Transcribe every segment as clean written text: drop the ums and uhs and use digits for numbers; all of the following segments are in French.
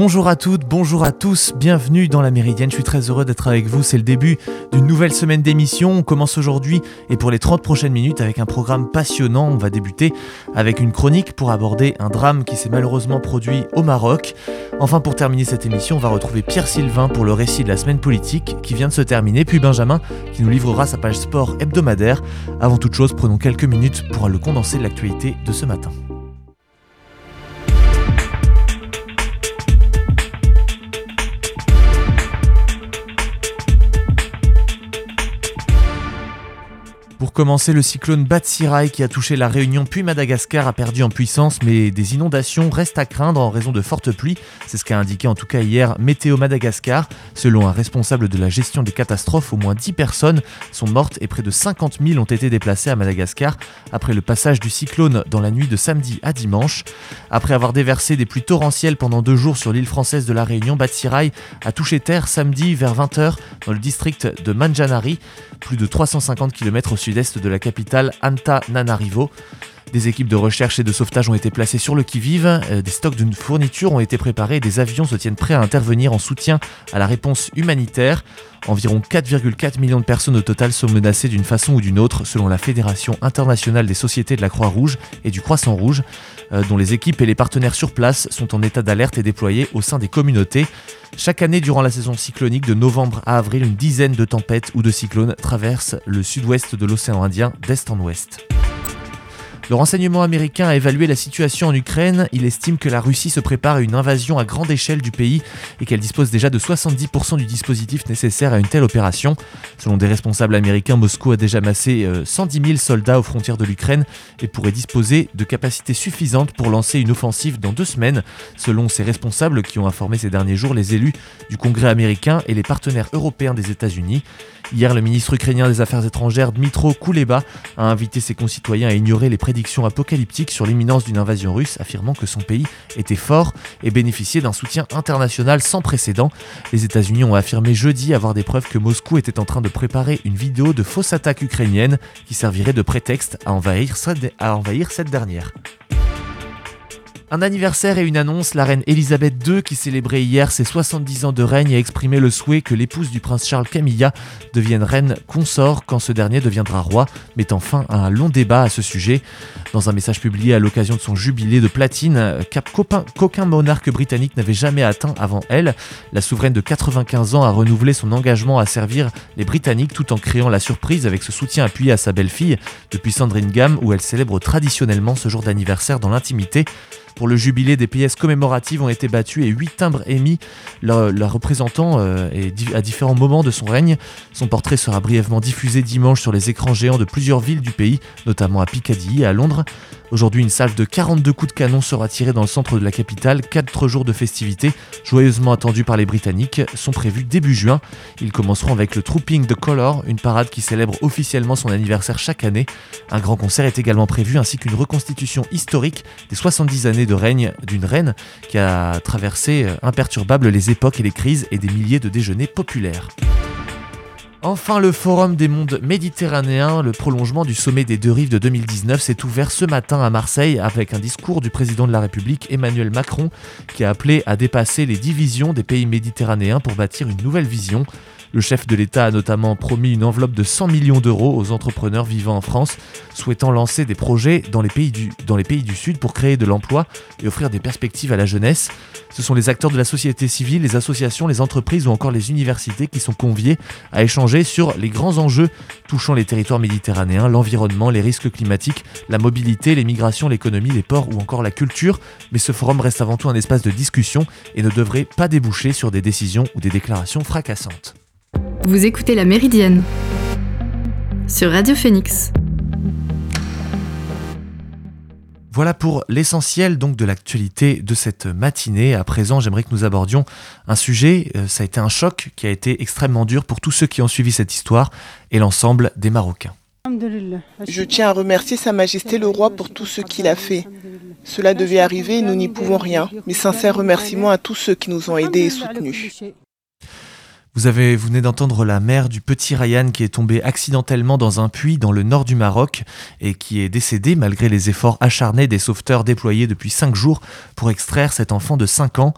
Bonjour à toutes, bonjour à tous, bienvenue dans la Méridienne, je suis très heureux d'être avec vous, c'est le début d'une nouvelle semaine d'émission, on commence aujourd'hui et pour les 30 prochaines minutes avec un programme passionnant, on va débuter avec une chronique pour aborder un drame qui s'est malheureusement produit au Maroc. Enfin pour terminer cette émission, on va retrouver Pierre Sylvain pour le récit de la semaine politique qui vient de se terminer, puis Benjamin qui nous livrera sa page sport hebdomadaire. Avant toute chose, prenons quelques minutes pour le condensé de l'actualité de ce matin. Pour commencer, le cyclone Batsirai qui a touché la Réunion puis Madagascar a perdu en puissance, mais des inondations restent à craindre en raison de fortes pluies. C'est ce qu'a indiqué en tout cas hier Météo Madagascar. Selon un responsable de la gestion des catastrophes, au moins 10 personnes sont mortes et près de 50 000 ont été déplacées à Madagascar après le passage du cyclone dans la nuit de samedi à dimanche. Après avoir déversé des pluies torrentielles pendant 2 jours sur l'île française de la Réunion, Batsirai a touché terre samedi vers 20h dans le district de Manjanari, plus de 350 km au sud-est de la capitale Antananarivo. Des équipes de recherche et de sauvetage ont été placées sur le qui-vive, des stocks de fournitures ont été préparés et des avions se tiennent prêts à intervenir en soutien à la réponse humanitaire. Environ 4,4 millions de personnes au total sont menacées d'une façon ou d'une autre, selon la Fédération internationale des sociétés de la Croix-Rouge et du Croissant-Rouge, dont les équipes et les partenaires sur place sont en état d'alerte et déployés au sein des communautés. Chaque année, durant la saison cyclonique de novembre à avril, une dizaine de tempêtes ou de cyclones traversent le sud-ouest de l'océan Indien d'est en ouest. Le renseignement américain a évalué la situation en Ukraine. Il estime que la Russie se prépare à une invasion à grande échelle du pays et qu'elle dispose déjà de 70% du dispositif nécessaire à une telle opération. Selon des responsables américains, Moscou a déjà massé 110 000 soldats aux frontières de l'Ukraine et pourrait disposer de capacités suffisantes pour lancer une offensive dans 2 semaines, selon ces responsables qui ont informé ces derniers jours les élus du Congrès américain et les partenaires européens des États-Unis. Hier, le ministre ukrainien des Affaires étrangères Dmytro Kuleba a invité ses concitoyens à ignorer les prédictions apocalyptiques sur l'imminence d'une invasion russe, affirmant que son pays était fort et bénéficiait d'un soutien international sans précédent. Les États-Unis ont affirmé jeudi avoir des preuves que Moscou était en train de préparer une vidéo de fausse attaque ukrainienne qui servirait de prétexte à envahir cette dernière. Un anniversaire et une annonce, la reine Elisabeth II qui célébrait hier ses 70 ans de règne a exprimé le souhait que l'épouse du prince Charles Camilla devienne reine consort quand ce dernier deviendra roi, mettant fin à un long débat à ce sujet. Dans un message publié à l'occasion de son jubilé de platine, qu'aucun monarque britannique n'avait jamais atteint avant elle, la souveraine de 95 ans a renouvelé son engagement à servir les Britanniques tout en créant la surprise avec ce soutien appuyé à sa belle-fille depuis Sandringham où elle célèbre traditionnellement ce jour d'anniversaire dans l'intimité. Pour le jubilé, des pièces commémoratives ont été battues et 8 timbres émis la représentant à différents moments de son règne. Son portrait sera brièvement diffusé dimanche sur les écrans géants de plusieurs villes du pays, notamment à Piccadilly et à Londres. Aujourd'hui, une salve de 42 coups de canon sera tirée dans le centre de la capitale. 4 jours de festivités, joyeusement attendus par les Britanniques, sont prévus début juin. Ils commenceront avec le Trooping the Colour, une parade qui célèbre officiellement son anniversaire chaque année. Un grand concert est également prévu, ainsi qu'une reconstitution historique des 70 années de règne d'une reine qui a traversé imperturbable les époques et les crises et des milliers de déjeuners populaires. Enfin, le Forum des mondes méditerranéens, le prolongement du sommet des 2 rives de 2019, s'est ouvert ce matin à Marseille avec un discours du président de la République Emmanuel Macron qui a appelé à dépasser les divisions des pays méditerranéens pour bâtir une nouvelle vision. Le chef de l'État a notamment promis une enveloppe de 100 millions d'euros aux entrepreneurs vivant en France, souhaitant lancer des projets dans les pays du Sud pour créer de l'emploi et offrir des perspectives à la jeunesse. Ce sont les acteurs de la société civile, les associations, les entreprises ou encore les universités qui sont conviés à échanger sur les grands enjeux touchant les territoires méditerranéens, l'environnement, les risques climatiques, la mobilité, les migrations, l'économie, les ports ou encore la culture. Mais ce forum reste avant tout un espace de discussion et ne devrait pas déboucher sur des décisions ou des déclarations fracassantes. Vous écoutez La Méridienne sur Radio Phoenix. Voilà pour l'essentiel donc de l'actualité de cette matinée. À présent, j'aimerais que nous abordions un sujet, ça a été un choc qui a été extrêmement dur pour tous ceux qui ont suivi cette histoire et l'ensemble des Marocains. Je tiens à remercier Sa Majesté le Roi pour tout ce qu'il a fait. Cela devait arriver et nous n'y pouvons rien. Mes sincères remerciements à tous ceux qui nous ont aidés et soutenus. Vous venez d'entendre la mère du petit Ryan qui est tombé accidentellement dans un puits dans le nord du Maroc et qui est décédé malgré les efforts acharnés des sauveteurs déployés depuis 5 jours pour extraire cet enfant de 5 ans.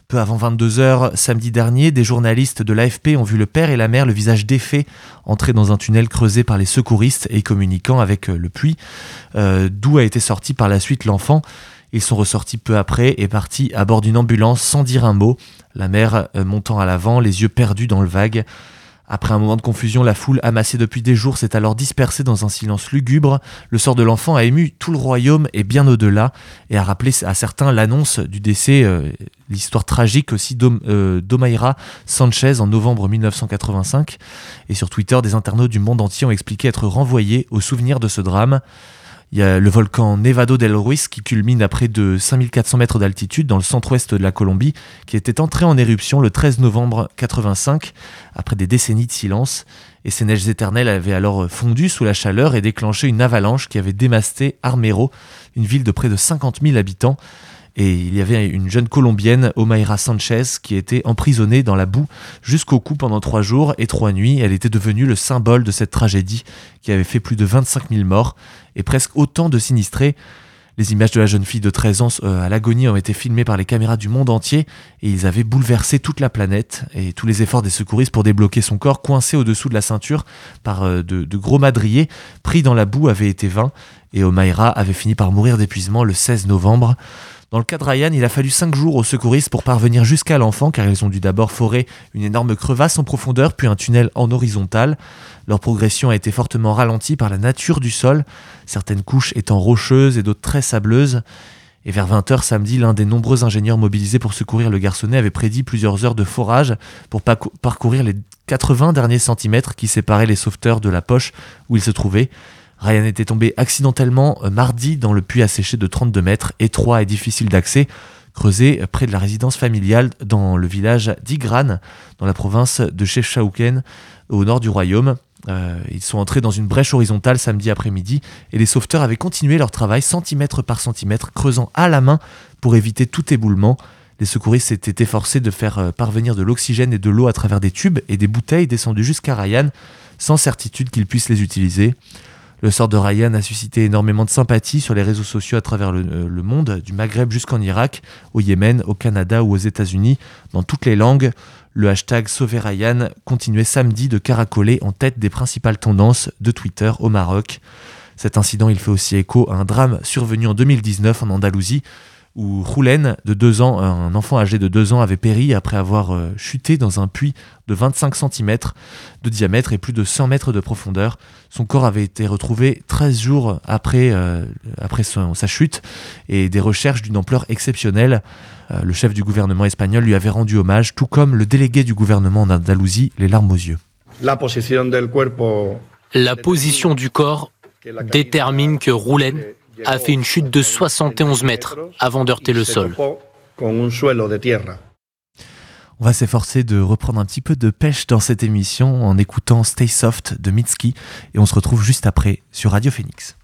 Peu avant 22h samedi dernier, des journalistes de l'AFP ont vu le père et la mère, le visage défait, entrer dans un tunnel creusé par les secouristes et communiquant avec le puits, d'où a été sorti par la suite l'enfant. Ils sont ressortis peu après et partis à bord d'une ambulance sans dire un mot, la mère montant à l'avant, les yeux perdus dans le vague. Après un moment de confusion, la foule amassée depuis des jours s'est alors dispersée dans un silence lugubre. Le sort de l'enfant a ému tout le royaume et bien au-delà, et a rappelé à certains l'annonce du décès, l'histoire tragique aussi d'Omaira Sanchez en novembre 1985. Et sur Twitter, des internautes du monde entier ont expliqué être renvoyés au souvenir de ce drame. Il y a le volcan Nevado del Ruiz qui culmine à près de 5400 mètres d'altitude dans le centre-ouest de la Colombie, qui était entré en éruption le 13 novembre 85, après des décennies de silence. Et ces neiges éternelles avaient alors fondu sous la chaleur et déclenché une avalanche qui avait démasté Armero, une ville de près de 50 000 habitants. Et il y avait une jeune Colombienne, Omaira Sanchez, qui était emprisonnée dans la boue jusqu'au cou pendant 3 jours et 3 nuits. Elle était devenue le symbole de cette tragédie qui avait fait plus de 25 000 morts et presque autant de sinistrés. Les images de la jeune fille de 13 ans à l'agonie ont été filmées par les caméras du monde entier et ils avaient bouleversé toute la planète. Et tous les efforts des secouristes pour débloquer son corps, coincé au-dessous de la ceinture par de gros madriers pris dans la boue, avaient été vains. Et Omaira avait fini par mourir d'épuisement le 16 novembre. Dans le cas de Ryan, il a fallu 5 jours aux secouristes pour parvenir jusqu'à l'enfant, car ils ont dû d'abord forer une énorme crevasse en profondeur, puis un tunnel en horizontal. Leur progression a été fortement ralentie par la nature du sol, certaines couches étant rocheuses et d'autres très sableuses. Et vers 20h samedi, l'un des nombreux ingénieurs mobilisés pour secourir le garçonnet avait prédit plusieurs heures de forage pour parcourir les 80 derniers centimètres qui séparaient les sauveteurs de la poche où ils se trouvaient. Ryan était tombé accidentellement mardi dans le puits asséché de 32 mètres, étroit et difficile d'accès, creusé près de la résidence familiale dans le village d'Igran, dans la province de Chefchaouen, au nord du royaume. Ils sont entrés dans une brèche horizontale samedi après-midi et les sauveteurs avaient continué leur travail centimètre par centimètre, creusant à la main pour éviter tout éboulement. Les secouristes s'étaient efforcés de faire parvenir de l'oxygène et de l'eau à travers des tubes et des bouteilles descendues jusqu'à Ryan, sans certitude qu'ils puissent les utiliser. Le sort de Ryan a suscité énormément de sympathie sur les réseaux sociaux à travers le monde, du Maghreb jusqu'en Irak, au Yémen, au Canada ou aux États-Unis, dans toutes les langues. Le hashtag Sauver Ryan continuait samedi de caracoler en tête des principales tendances de Twitter au Maroc. Cet incident, il fait aussi écho à un drame survenu en 2019 en Andalousie, où Roulen, de 2 ans, un enfant âgé de 2 ans, avait péri après avoir chuté dans un puits de 25 cm de diamètre et plus de 100 mètres de profondeur. Son corps avait été retrouvé 13 jours après sa chute, et des recherches d'une ampleur exceptionnelle. Le chef du gouvernement espagnol lui avait rendu hommage, tout comme le délégué du gouvernement en Andalousie, les larmes aux yeux. La position du corps détermine que Roulen a fait une chute de 71 mètres avant d'heurter le sol. On va s'efforcer de reprendre un petit peu de pêche dans cette émission en écoutant Stay Soft de Mitski, et on se retrouve juste après sur Radio Phoenix.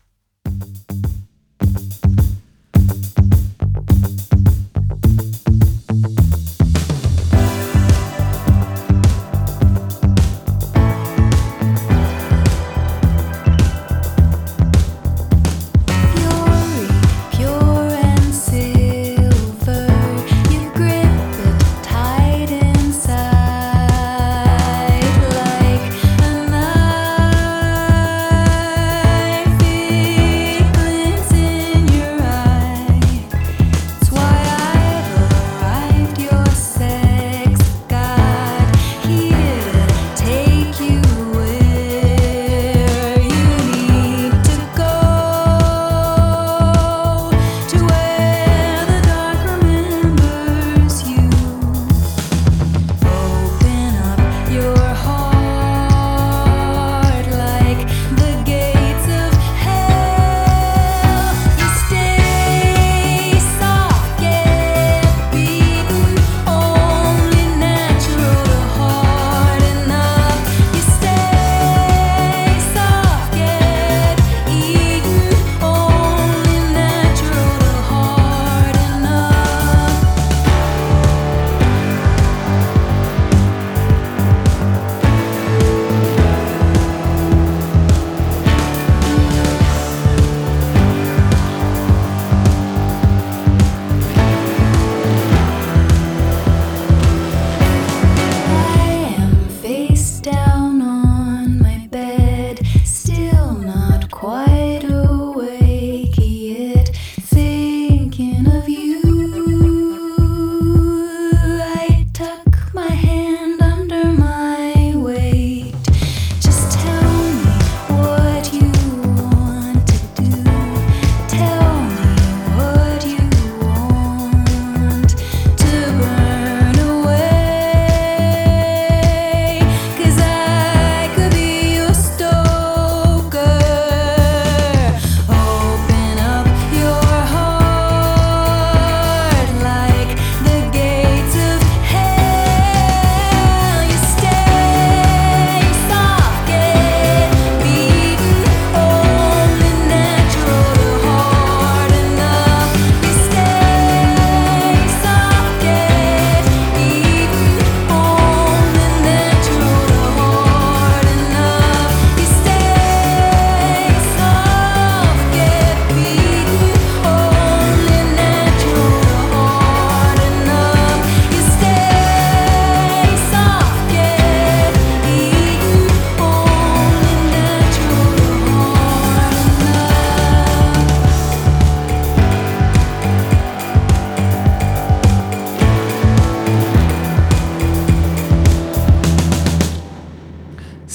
Like a knife, it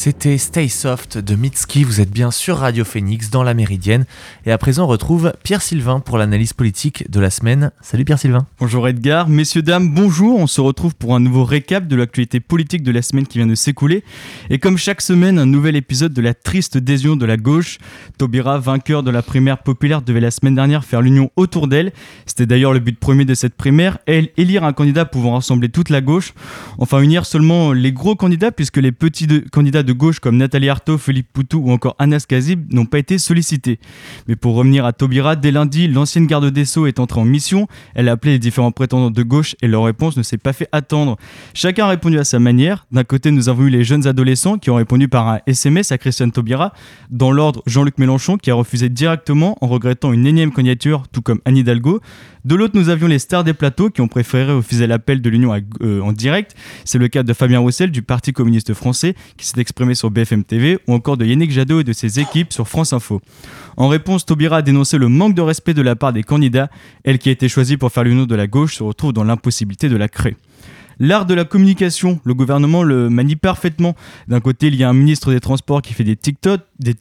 C'était Stay Soft de Mitski, vous êtes bien sur Radio Phoenix dans la Méridienne. Et à présent on retrouve Pierre Sylvain pour l'analyse politique de la semaine. Salut Pierre Sylvain. Bonjour Edgar, messieurs dames, bonjour. On se retrouve pour un nouveau récap de l'actualité politique de la semaine qui vient de s'écouler. Et comme chaque semaine, un nouvel épisode de la triste adhésion de la gauche. Taubira, vainqueur de la primaire populaire, devait la semaine dernière faire l'union autour d'elle. C'était d'ailleurs le but premier de cette primaire, élire un candidat pouvant rassembler toute la gauche. Enfin unir seulement les gros candidats puisque les petits candidats de gauche comme Nathalie Arthaud, Philippe Poutou ou encore Anas Kazib n'ont pas été sollicités. Mais pour revenir à Taubira, dès lundi, l'ancienne garde des Sceaux est entrée en mission. Elle a appelé les différents prétendants de gauche et leur réponse ne s'est pas fait attendre. Chacun a répondu à sa manière. D'un côté, nous avons eu les jeunes adolescents qui ont répondu par un SMS à Christiane Taubira. Dans l'ordre, Jean-Luc Mélenchon qui a refusé directement en regrettant une énième candidature, tout comme Anne Hidalgo. De l'autre, nous avions les stars des plateaux qui ont préféré refuser l'appel de l'Union en direct. C'est le cas de Fabien Roussel du Parti communiste français qui s'est exprimé sur BFM TV ou encore de Yannick Jadot et de ses équipes sur France Info. En réponse, Taubira a dénoncé le manque de respect de la part des candidats. Elle qui a été choisie pour faire l'union de la gauche se retrouve dans l'impossibilité de la créer. L'art de la communication, le gouvernement le manie parfaitement. D'un côté, il y a un ministre des Transports qui fait des TikTok.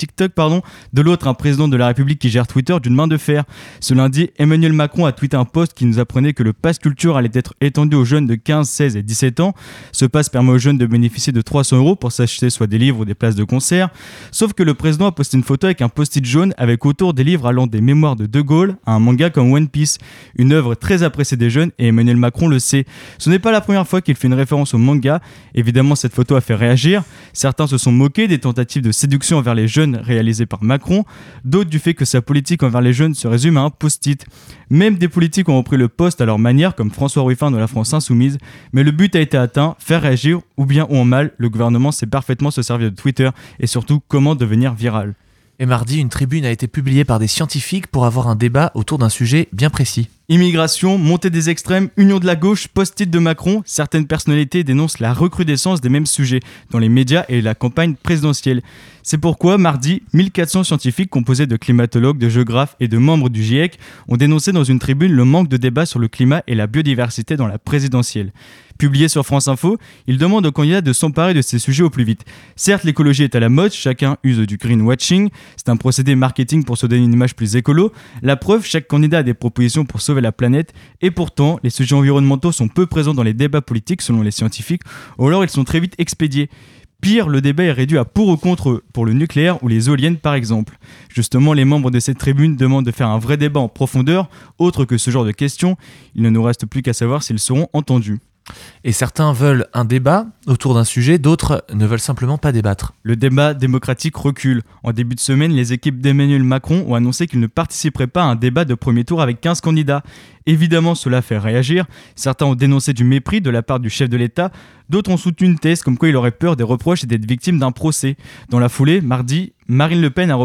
De l'autre, un président de la République qui gère Twitter d'une main de fer. Ce lundi, Emmanuel Macron a tweeté un post qui nous apprenait que le pass culture allait être étendu aux jeunes de 15, 16 et 17 ans. Ce pass permet aux jeunes de bénéficier de 300 € pour s'acheter soit des livres ou des places de concert. Sauf que le président a posté une photo avec un post-it jaune avec autour des livres allant des mémoires de De Gaulle à un manga comme One Piece. Une œuvre très appréciée des jeunes et Emmanuel Macron le sait. Ce n'est pas la première fois qu'il fait une référence au manga. Évidemment, cette photo a fait réagir. Certains se sont moqués des tentatives de séduction envers les jeunes réalisées par Macron, d'autres du fait que sa politique envers les jeunes se résume à un post-it. Même des politiques ont repris le post à leur manière, comme François Ruffin de la France Insoumise, mais le but a été atteint, faire réagir, ou bien ou en mal, le gouvernement sait parfaitement se servir de Twitter et surtout comment devenir viral. Et mardi, une tribune a été publiée par des scientifiques pour avoir un débat autour d'un sujet bien précis. Immigration, montée des extrêmes, union de la gauche, post-it de Macron, certaines personnalités dénoncent la recrudescence des mêmes sujets dans les médias et la campagne présidentielle. C'est pourquoi, mardi, 1400 scientifiques composés de climatologues, de géographes et de membres du GIEC ont dénoncé dans une tribune le manque de débat sur le climat et la biodiversité dans la présidentielle. Publié sur France Info, ils demandent aux candidats de s'emparer de ces sujets au plus vite. Certes, l'écologie est à la mode, chacun use du greenwashing, c'est un procédé marketing pour se donner une image plus écolo. La preuve, chaque candidat a des propositions pour sauver la planète, et pourtant, les sujets environnementaux sont peu présents dans les débats politiques selon les scientifiques, ou alors ils sont très vite expédiés. Pire, le débat est réduit à pour ou contre pour le nucléaire ou les éoliennes par exemple. Justement, les membres de cette tribune demandent de faire un vrai débat en profondeur, autre que ce genre de questions. Il ne nous reste plus qu'à savoir s'ils seront entendus. Et certains veulent un débat autour d'un sujet, d'autres ne veulent simplement pas débattre. Le débat démocratique recule. En début de semaine, les équipes d'Emmanuel Macron ont annoncé qu'ils ne participeraient pas à un débat de premier tour avec 15 candidats. Évidemment, cela fait réagir. Certains ont dénoncé du mépris de la part du chef de l'État. D'autres ont soutenu une thèse comme quoi il aurait peur des reproches et d'être victime d'un procès. Dans la foulée, mardi, Marine Le Pen a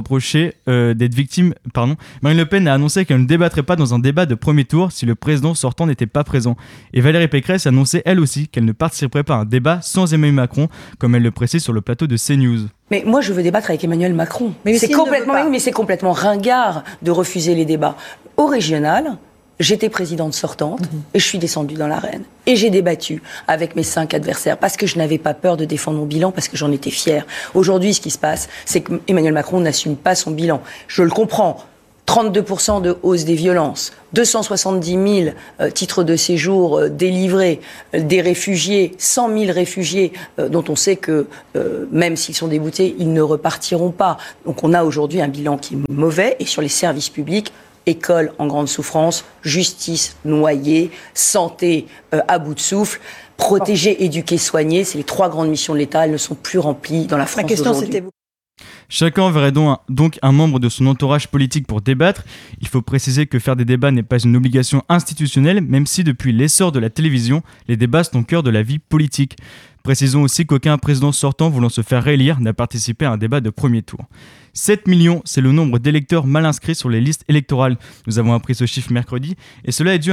annoncé qu'elle ne débattrait pas dans un débat de premier tour si le président sortant n'était pas présent. Et Valérie Pécresse a annoncé elle aussi qu'elle ne participerait pas à un débat sans Emmanuel Macron, comme elle le précise sur le plateau de CNews. Mais moi, je veux débattre avec Emmanuel Macron. C'est complètement ringard de refuser les débats. Au régional, j'étais présidente sortante et je suis descendue dans l'arène. Et j'ai débattu avec mes 5 adversaires parce que je n'avais pas peur de défendre mon bilan, parce que j'en étais fière. Aujourd'hui, ce qui se passe, c'est qu'Emmanuel Macron n'assume pas son bilan. Je le comprends. 32% de hausse des violences, 270 000 titres de séjour délivrés, des réfugiés, 100 000 réfugiés dont on sait que même s'ils sont déboutés, ils ne repartiront pas. Donc on a aujourd'hui un bilan qui est mauvais. Et sur les services publics, école en grande souffrance, justice noyée, santé à bout de souffle, protéger, éduquer, soigner, c'est les 3 grandes missions de l'État, elles ne sont plus remplies dans la France d'aujourd'hui. Chacun verrait donc un membre de son entourage politique pour débattre. Il faut préciser que faire des débats n'est pas une obligation institutionnelle, même si depuis l'essor de la télévision, les débats sont au cœur de la vie politique. Précisons aussi qu'aucun président sortant voulant se faire réélire n'a participé à un débat de premier tour. 7 millions, c'est le nombre d'électeurs mal inscrits sur les listes électorales. Nous avons appris ce chiffre mercredi et cela est dû à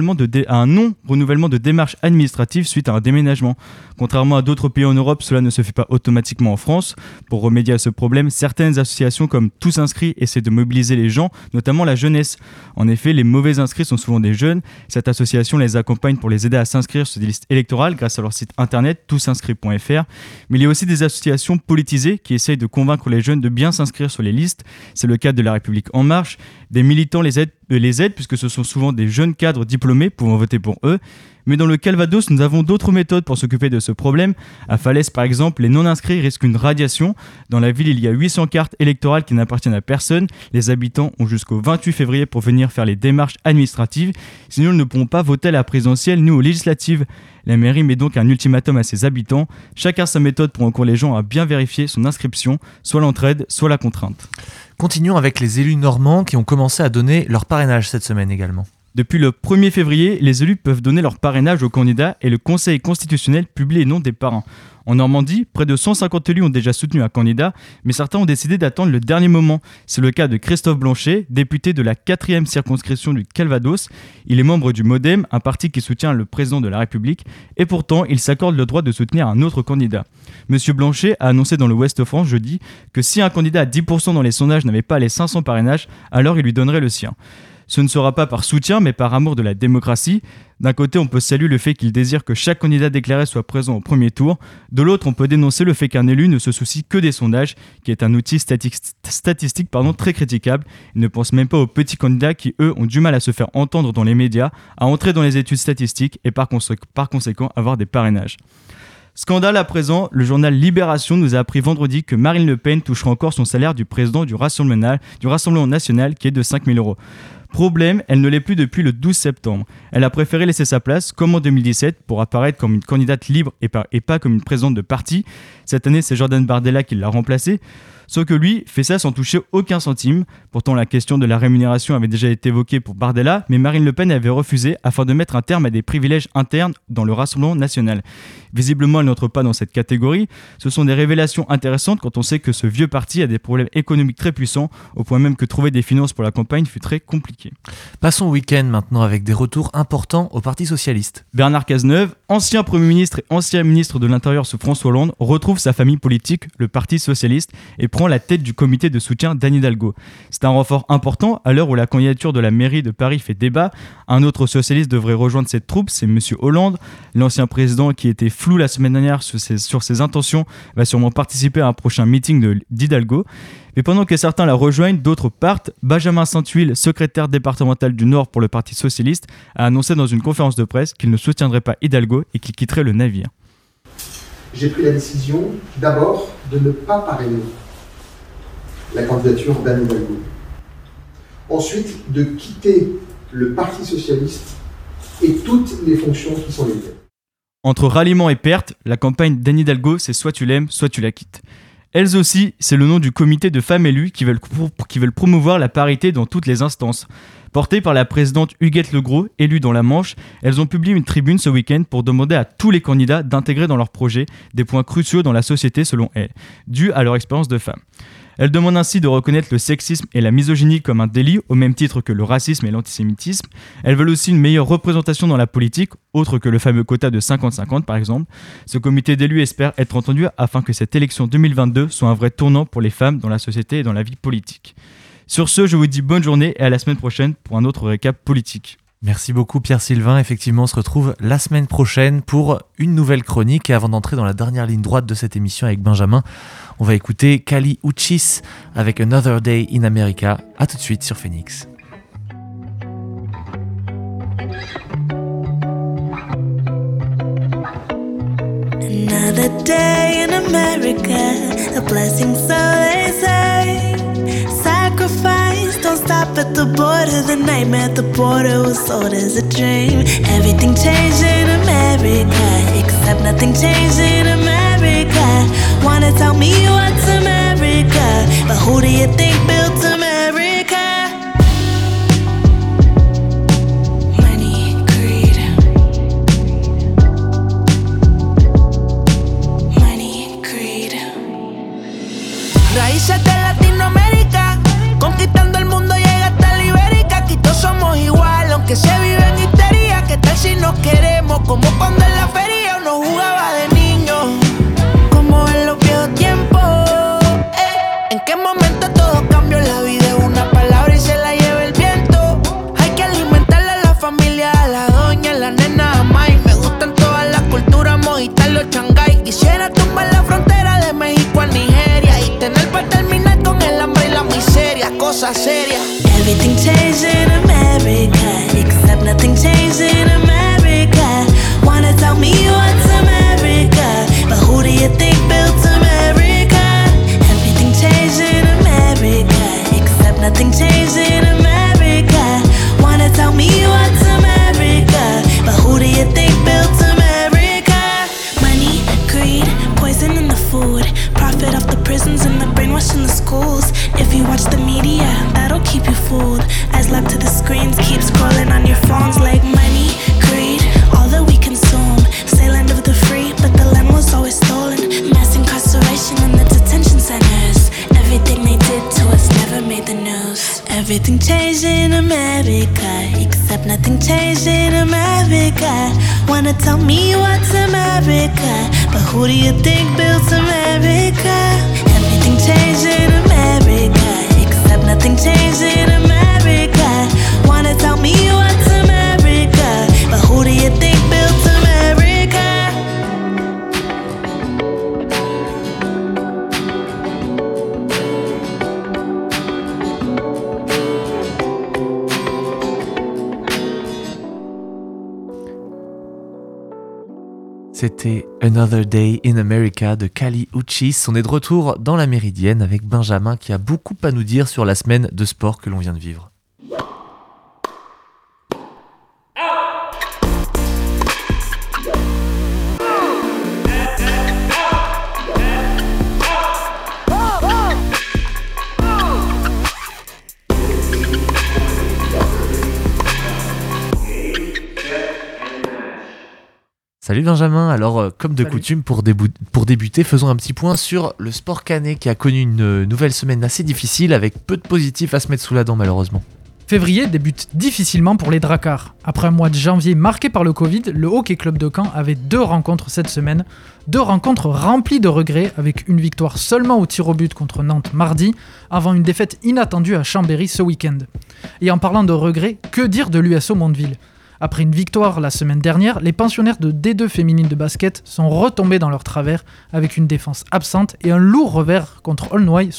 un non-renouvellement de démarches administratives suite à un déménagement. Contrairement à d'autres pays en Europe, cela ne se fait pas automatiquement en France. Pour remédier à ce problème, certaines associations comme Tous Inscrits essaient de mobiliser les gens, notamment la jeunesse. En effet, les mauvais inscrits sont souvent des jeunes. Cette association les accompagne pour les aider à s'inscrire sur des listes électorales grâce à leur site internet tousinscrits.fr. Mais il y a aussi des associations politisées qui essayent de convaincre les jeunes de bien s'inscrire sur les listes. C'est le cas de La République En Marche. Des militants les aident puisque ce sont souvent des jeunes cadres diplômés pouvant voter pour eux. Mais dans le Calvados, nous avons d'autres méthodes pour s'occuper de ce problème. À Falaise, par exemple, les non-inscrits risquent une radiation. Dans la ville, il y a 800 cartes électorales qui n'appartiennent à personne. Les habitants ont jusqu'au 28 février pour venir faire les démarches administratives. Sinon, ils ne pourront pas voter à la présidentielle ni aux législatives. La mairie met donc un ultimatum à ses habitants. Chacun sa méthode pour encourager les gens à bien vérifier son inscription, soit l'entraide, soit la contrainte. Continuons avec les élus normands qui ont commencé à donner leur parrainage cette semaine également. Depuis le 1er février, les élus peuvent donner leur parrainage aux candidats et le Conseil constitutionnel publie les noms des parrains. En Normandie, près de 150 élus ont déjà soutenu un candidat, mais certains ont décidé d'attendre le dernier moment. C'est le cas de Christophe Blanchet, député de la 4e circonscription du Calvados. Il est membre du MoDem, un parti qui soutient le président de la République, et pourtant, il s'accorde le droit de soutenir un autre candidat. Monsieur Blanchet a annoncé dans le Ouest France jeudi que si un candidat à 10% dans les sondages n'avait pas les 500 parrainages, alors il lui donnerait le sien. Ce ne sera pas par soutien, mais par amour de la démocratie. D'un côté, on peut saluer le fait qu'il désire que chaque candidat déclaré soit présent au premier tour. De l'autre, on peut dénoncer le fait qu'un élu ne se soucie que des sondages, qui est un outil statistique très critiquable. Il ne pense même pas aux petits candidats qui, eux, ont du mal à se faire entendre dans les médias, à entrer dans les études statistiques et par conséquent avoir des parrainages. Scandale à présent, le journal Libération nous a appris vendredi que Marine Le Pen touchera encore son salaire du président du Rassemblement national qui est de 5 000 €. Problème, elle ne l'est plus depuis le 12 septembre. Elle a préféré laisser sa place, comme en 2017, pour apparaître comme une candidate libre et pas comme une présidente de parti. Cette année, c'est Jordan Bardella qui l'a remplacée. Sauf que lui fait ça sans toucher aucun centime. Pourtant, la question de la rémunération avait déjà été évoquée pour Bardella, mais Marine Le Pen avait refusé afin de mettre un terme à des privilèges internes dans le Rassemblement national. Visiblement, elle n'entre pas dans cette catégorie. Ce sont des révélations intéressantes quand on sait que ce vieux parti a des problèmes économiques très puissants, au point même que trouver des finances pour la campagne fut très compliqué. Passons au week-end maintenant avec des retours importants au Parti Socialiste. Bernard Cazeneuve, ancien Premier ministre et ancien ministre de l'Intérieur sous François Hollande, retrouve sa famille politique, le Parti Socialiste, et prend la tête du comité de soutien d'Anne Hidalgo. C'est un renfort important à l'heure où la candidature de la mairie de Paris fait débat. Un autre socialiste devrait rejoindre cette troupe, c'est M. Hollande. L'ancien président qui était flou la semaine dernière sur ses intentions va sûrement participer à un prochain meeting d'Hidalgo. Mais pendant que certains la rejoignent, d'autres partent. Benjamin Saint-Huil, secrétaire départemental du Nord pour le Parti Socialiste, a annoncé dans une conférence de presse qu'il ne soutiendrait pas Hidalgo et qu'il quitterait le navire. J'ai pris la décision d'abord de ne pas parrainer la candidature d'Anne Hidalgo. Ensuite, de quitter le Parti Socialiste et toutes les fonctions qui sont les miennes. Entre ralliement et perte, la campagne d'Anne Hidalgo, c'est soit tu l'aimes, soit tu la quittes. Elles aussi, c'est le nom du comité de femmes élues qui veulent promouvoir la parité dans toutes les instances. Portées par la présidente Huguette Legros, élue dans la Manche, elles ont publié une tribune ce week-end pour demander à tous les candidats d'intégrer dans leur projet des points cruciaux dans la société selon elles, dus à leur expérience de femme. Elles demandent ainsi de reconnaître le sexisme et la misogynie comme un délit, au même titre que le racisme et l'antisémitisme. Elles veulent aussi une meilleure représentation dans la politique, autre que le fameux quota de 50-50 par exemple. Ce comité d'élus espère être entendu afin que cette élection 2022 soit un vrai tournant pour les femmes dans la société et dans la vie politique. Sur ce, je vous dis bonne journée et à la semaine prochaine pour un autre récap politique. Merci beaucoup Pierre-Sylvain. Effectivement, on se retrouve la semaine prochaine pour une nouvelle chronique. Et avant d'entrer dans la dernière ligne droite de cette émission avec Benjamin, on va écouter Kali Uchis avec Another Day in America. A tout de suite sur Phoenix. Another day in America, a blessing so they say. Sacrifice, don't stop at the border. The nightmare at the border was sold as a dream. Everything changed in America, except nothing changed in America. Wanna tell me what's America, but who do you think built America? Money, greed. Money, greed. Raíces de latino America, except nothing changed in America. Wanna tell me what's America, but who do you think built America? Everything changed in America, except nothing changed in America. Wanna tell me what's America, but who do you think built America? C'était Another Day in America de Kali Uchis. On est de retour dans la Méridienne avec Benjamin qui a beaucoup à nous dire sur la semaine de sport que l'on vient de vivre. Salut Benjamin, alors comme de coutume pour débuter, faisons un petit point sur le sport canet qui a connu une nouvelle semaine assez difficile avec peu de positifs à se mettre sous la dent malheureusement. Février débute difficilement pour les Drakkars. Après un mois de janvier marqué par le Covid, le Hockey Club de Caen avait 2 rencontres cette semaine. 2 rencontres remplies de regrets avec une victoire seulement au tir au but contre Nantes mardi, avant une défaite inattendue à Chambéry ce week-end. Et en parlant de regrets, que dire de l'USO Mondeville ? Après une victoire la semaine dernière, les pensionnaires de D2 féminines de basket sont retombés dans leur travers avec une défense absente et un lourd revers contre Aulnoy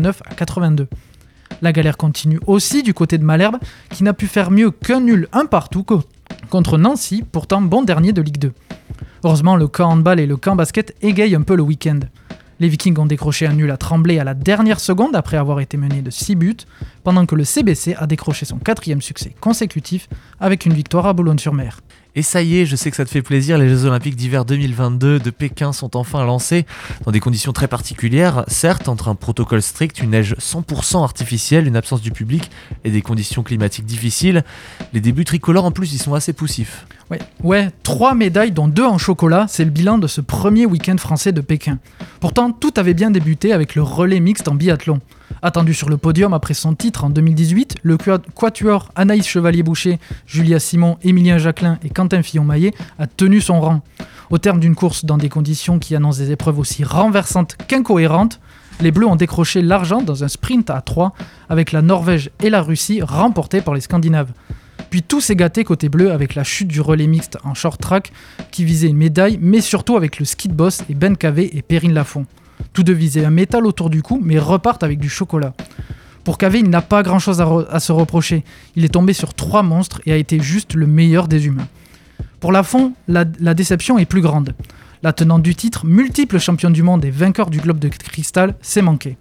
69-82. La galère continue aussi du côté de Malherbe qui n'a pu faire mieux qu'un nul un partout contre Nancy, pourtant bon dernier de Ligue 2. Heureusement, le camp handball et le camp basket égayent un peu le week-end. Les Vikings ont décroché un nul à Tremblay à la dernière seconde après avoir été menés de 6 buts, pendant que le CBC a décroché son 4e succès consécutif avec une victoire à Boulogne-sur-Mer. Et ça y est, je sais que ça te fait plaisir, les Jeux Olympiques d'hiver 2022 de Pékin sont enfin lancés dans des conditions très particulières, certes entre un protocole strict, une neige 100% artificielle, une absence du public et des conditions climatiques difficiles. Les débuts tricolores en plus, ils sont assez poussifs. Ouais, 3 médailles dont 2 en chocolat, c'est le bilan de ce premier week-end français de Pékin. Pourtant, tout avait bien débuté avec le relais mixte en biathlon. Attendu sur le podium après son titre en 2018, le quatuor Anaïs Chevalier-Boucher, Julia Simon, Émilien Jacquelin et Quentin Fillon-Maillet a tenu son rang. Au terme d'une course dans des conditions qui annoncent des épreuves aussi renversantes qu'incohérentes, les Bleus ont décroché l'argent dans un sprint à 3 avec la Norvège et la Russie remportées par les Scandinaves. Puis tout s'est gâté côté bleu avec la chute du relais mixte en short track qui visait une médaille, mais surtout avec le ski de boss et Ben Cavé et Perrine Lafont. Tous deux visaient un métal autour du cou, mais repartent avec du chocolat. Pour Cavé, il n'a pas grand-chose à se reprocher. Il est tombé sur 3 monstres et a été juste le meilleur des humains. Pour Lafont, la déception est plus grande. La tenante du titre, multiple championne du monde et vainqueur du globe de cristal, s'est manquée.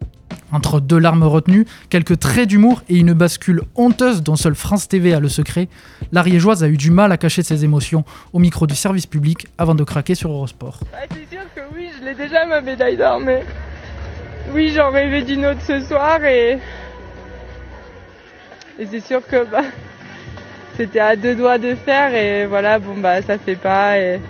Entre 2 larmes retenues, quelques traits d'humour et une bascule honteuse dont seule France TV a le secret, l'Ariégeoise a eu du mal à cacher ses émotions au micro du service public avant de craquer sur Eurosport. C'est sûr que oui, je l'ai déjà ma médaille d'or, mais oui, j'en rêvais d'une autre ce soir et c'est sûr que c'était à 2 doigts de faire et voilà, ça fait pas et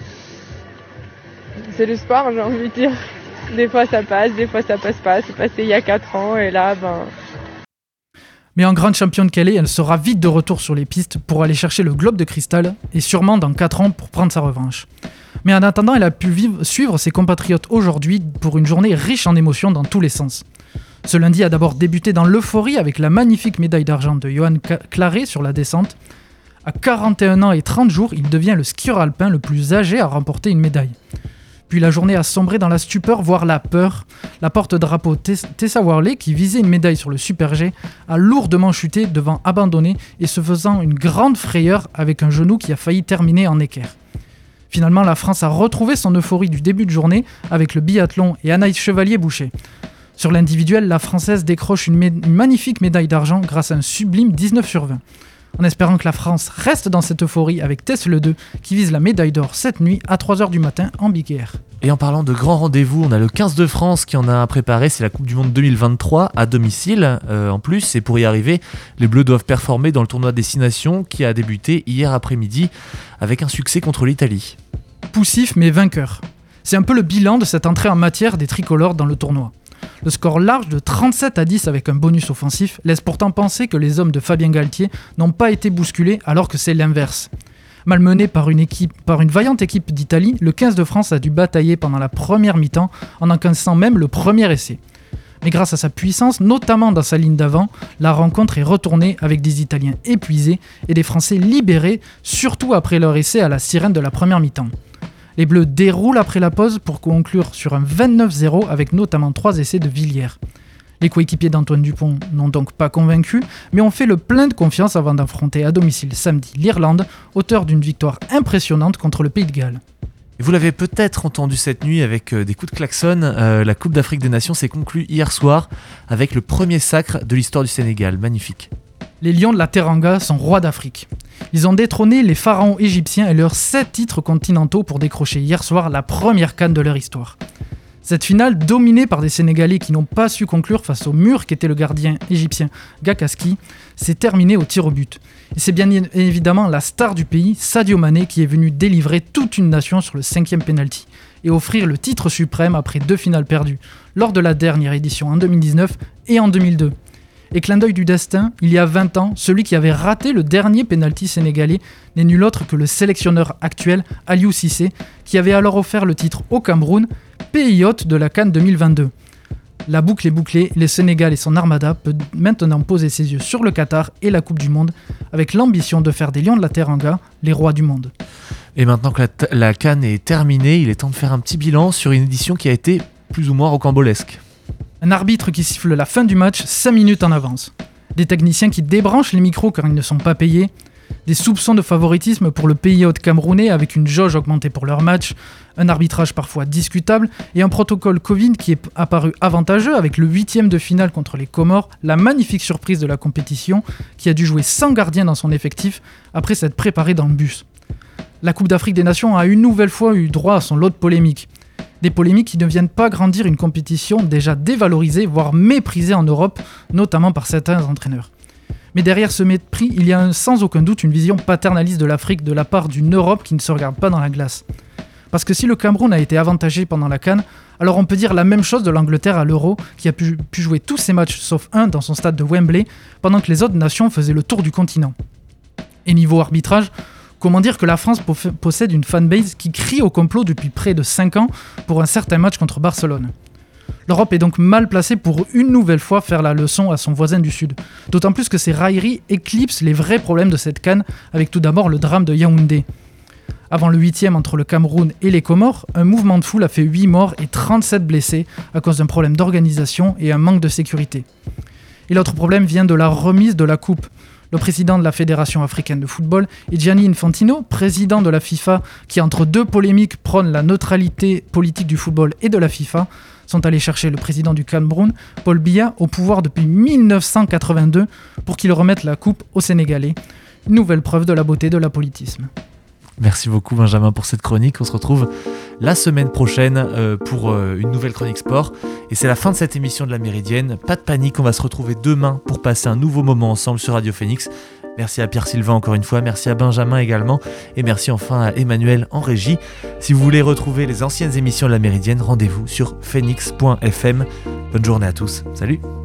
c'est le sport, j'ai envie de dire. Des fois ça passe, des fois ça passe pas. C'est passé il y a 4 ans et là, Mais en grande championne qu'elle est, elle sera vite de retour sur les pistes pour aller chercher le globe de cristal et sûrement dans 4 ans pour prendre sa revanche. Mais en attendant, elle a pu suivre ses compatriotes aujourd'hui pour une journée riche en émotions dans tous les sens. Ce lundi a d'abord débuté dans l'euphorie avec la magnifique médaille d'argent de Johan Claret sur la descente. À 41 ans et 30 jours, il devient le skieur alpin le plus âgé à remporter une médaille. Puis la journée a sombré dans la stupeur, voire la peur. La porte-drapeau Tessa Worley, qui visait une médaille sur le Super G, a lourdement chuté devant abandonner et se faisant une grande frayeur avec un genou qui a failli terminer en équerre. Finalement, la France a retrouvé son euphorie du début de journée avec le biathlon et Anaïs Chevalier-Boucher. Sur l'individuel, la Française décroche une magnifique médaille d'argent grâce à un sublime 19/20. En espérant que la France reste dans cette euphorie avec Tess Le 2 qui vise la médaille d'or cette nuit à 3h du matin en Big Air. Et en parlant de grands rendez-vous, on a le 15 de France qui en a préparé, c'est la Coupe du Monde 2023 à domicile en plus, et pour y arriver, les Bleus doivent performer dans le tournoi Destination qui a débuté hier après-midi avec un succès contre l'Italie. Poussif mais vainqueur. C'est un peu le bilan de cette entrée en matière des tricolores dans le tournoi. Le score large de 37-10 avec un bonus offensif laisse pourtant penser que les hommes de Fabien Galtier n'ont pas été bousculés alors que c'est l'inverse. Malmené par une vaillante équipe d'Italie, le 15 de France a dû batailler pendant la première mi-temps en encaissant même le premier essai. Mais grâce à sa puissance, notamment dans sa ligne d'avant, la rencontre est retournée avec des Italiens épuisés et des Français libérés, surtout après leur essai à la sirène de la première mi-temps. Les Bleus déroulent après la pause pour conclure sur un 29-0 avec notamment 3 essais de Villiers. Les coéquipiers d'Antoine Dupont n'ont donc pas convaincu, mais ont fait le plein de confiance avant d'affronter à domicile samedi l'Irlande, auteur d'une victoire impressionnante contre le Pays de Galles. Vous l'avez peut-être entendu cette nuit avec des coups de klaxon, la Coupe d'Afrique des Nations s'est conclue hier soir avec le premier sacre de l'histoire du Sénégal. Magnifique. Les Lions de la Teranga sont rois d'Afrique. Ils ont détrôné les pharaons égyptiens et leurs 7 titres continentaux pour décrocher hier soir la première CAN de leur histoire. Cette finale, dominée par des Sénégalais qui n'ont pas su conclure face au mur qu'était le gardien égyptien Gakaski, s'est terminée au tir au but. Et c'est bien évidemment la star du pays, Sadio Mané, qui est venu délivrer toute une nation sur le 5e pénalty et offrir le titre suprême après 2 finales perdues, lors de la dernière édition en 2019 et en 2002. Et clin d'œil du destin, il y a 20 ans, celui qui avait raté le dernier pénalty sénégalais n'est nul autre que le sélectionneur actuel, Aliou Cissé, qui avait alors offert le titre au Cameroun, pays hôte de la CAN 2022. La boucle est bouclée, le Sénégal et son armada peut maintenant poser ses yeux sur le Qatar et la Coupe du Monde, avec l'ambition de faire des Lions de la Teranga les rois du monde. Et maintenant que la CAN est terminée, il est temps de faire un petit bilan sur une édition qui a été plus ou moins rocambolesque. Un arbitre qui siffle la fin du match 5 minutes en avance. Des techniciens qui débranchent les micros car ils ne sont pas payés. Des soupçons de favoritisme pour le pays hôte camerounais avec une jauge augmentée pour leur match. Un arbitrage parfois discutable et un protocole Covid qui est apparu avantageux avec le 8e de finale contre les Comores, la magnifique surprise de la compétition qui a dû jouer sans gardien dans son effectif après s'être préparé dans le bus. La Coupe d'Afrique des Nations a une nouvelle fois eu droit à son lot de polémiques. Des polémiques qui ne viennent pas grandir une compétition déjà dévalorisée, voire méprisée en Europe, notamment par certains entraîneurs. Mais derrière ce mépris, il y a sans aucun doute une vision paternaliste de l'Afrique de la part d'une Europe qui ne se regarde pas dans la glace. Parce que si le Cameroun a été avantagé pendant la CAN, alors on peut dire la même chose de l'Angleterre à l'Euro, qui a pu jouer tous ses matchs sauf un dans son stade de Wembley, pendant que les autres nations faisaient le tour du continent. Et niveau arbitrage, comment dire que la France possède une fanbase qui crie au complot depuis près de 5 ans pour un certain match contre Barcelone. L'Europe est donc mal placée pour une nouvelle fois faire la leçon à son voisin du Sud. D'autant plus que ces railleries éclipsent les vrais problèmes de cette CAN, avec tout d'abord le drame de Yaoundé. Avant le 8e entre le Cameroun et les Comores, un mouvement de foule a fait 8 morts et 37 blessés à cause d'un problème d'organisation et un manque de sécurité. Et l'autre problème vient de la remise de la coupe. Le président de la Fédération africaine de football et Gianni Infantino, président de la FIFA, qui entre deux polémiques prône la neutralité politique du football et de la FIFA, sont allés chercher le président du Cameroun, Paul Biya, au pouvoir depuis 1982 pour qu'il remette la coupe aux Sénégalais. Une nouvelle preuve de la beauté de l'apolitisme. Merci beaucoup Benjamin pour cette chronique. On se retrouve la semaine prochaine pour une nouvelle chronique sport. Et c'est la fin de cette émission de La Méridienne. Pas de panique, on va se retrouver demain pour passer un nouveau moment ensemble sur Radio Phoenix. Merci à Pierre Sylvain encore une fois, merci à Benjamin également et merci enfin à Emmanuel en régie. Si vous voulez retrouver les anciennes émissions de La Méridienne, rendez-vous sur phoenix.fm. Bonne journée à tous, salut.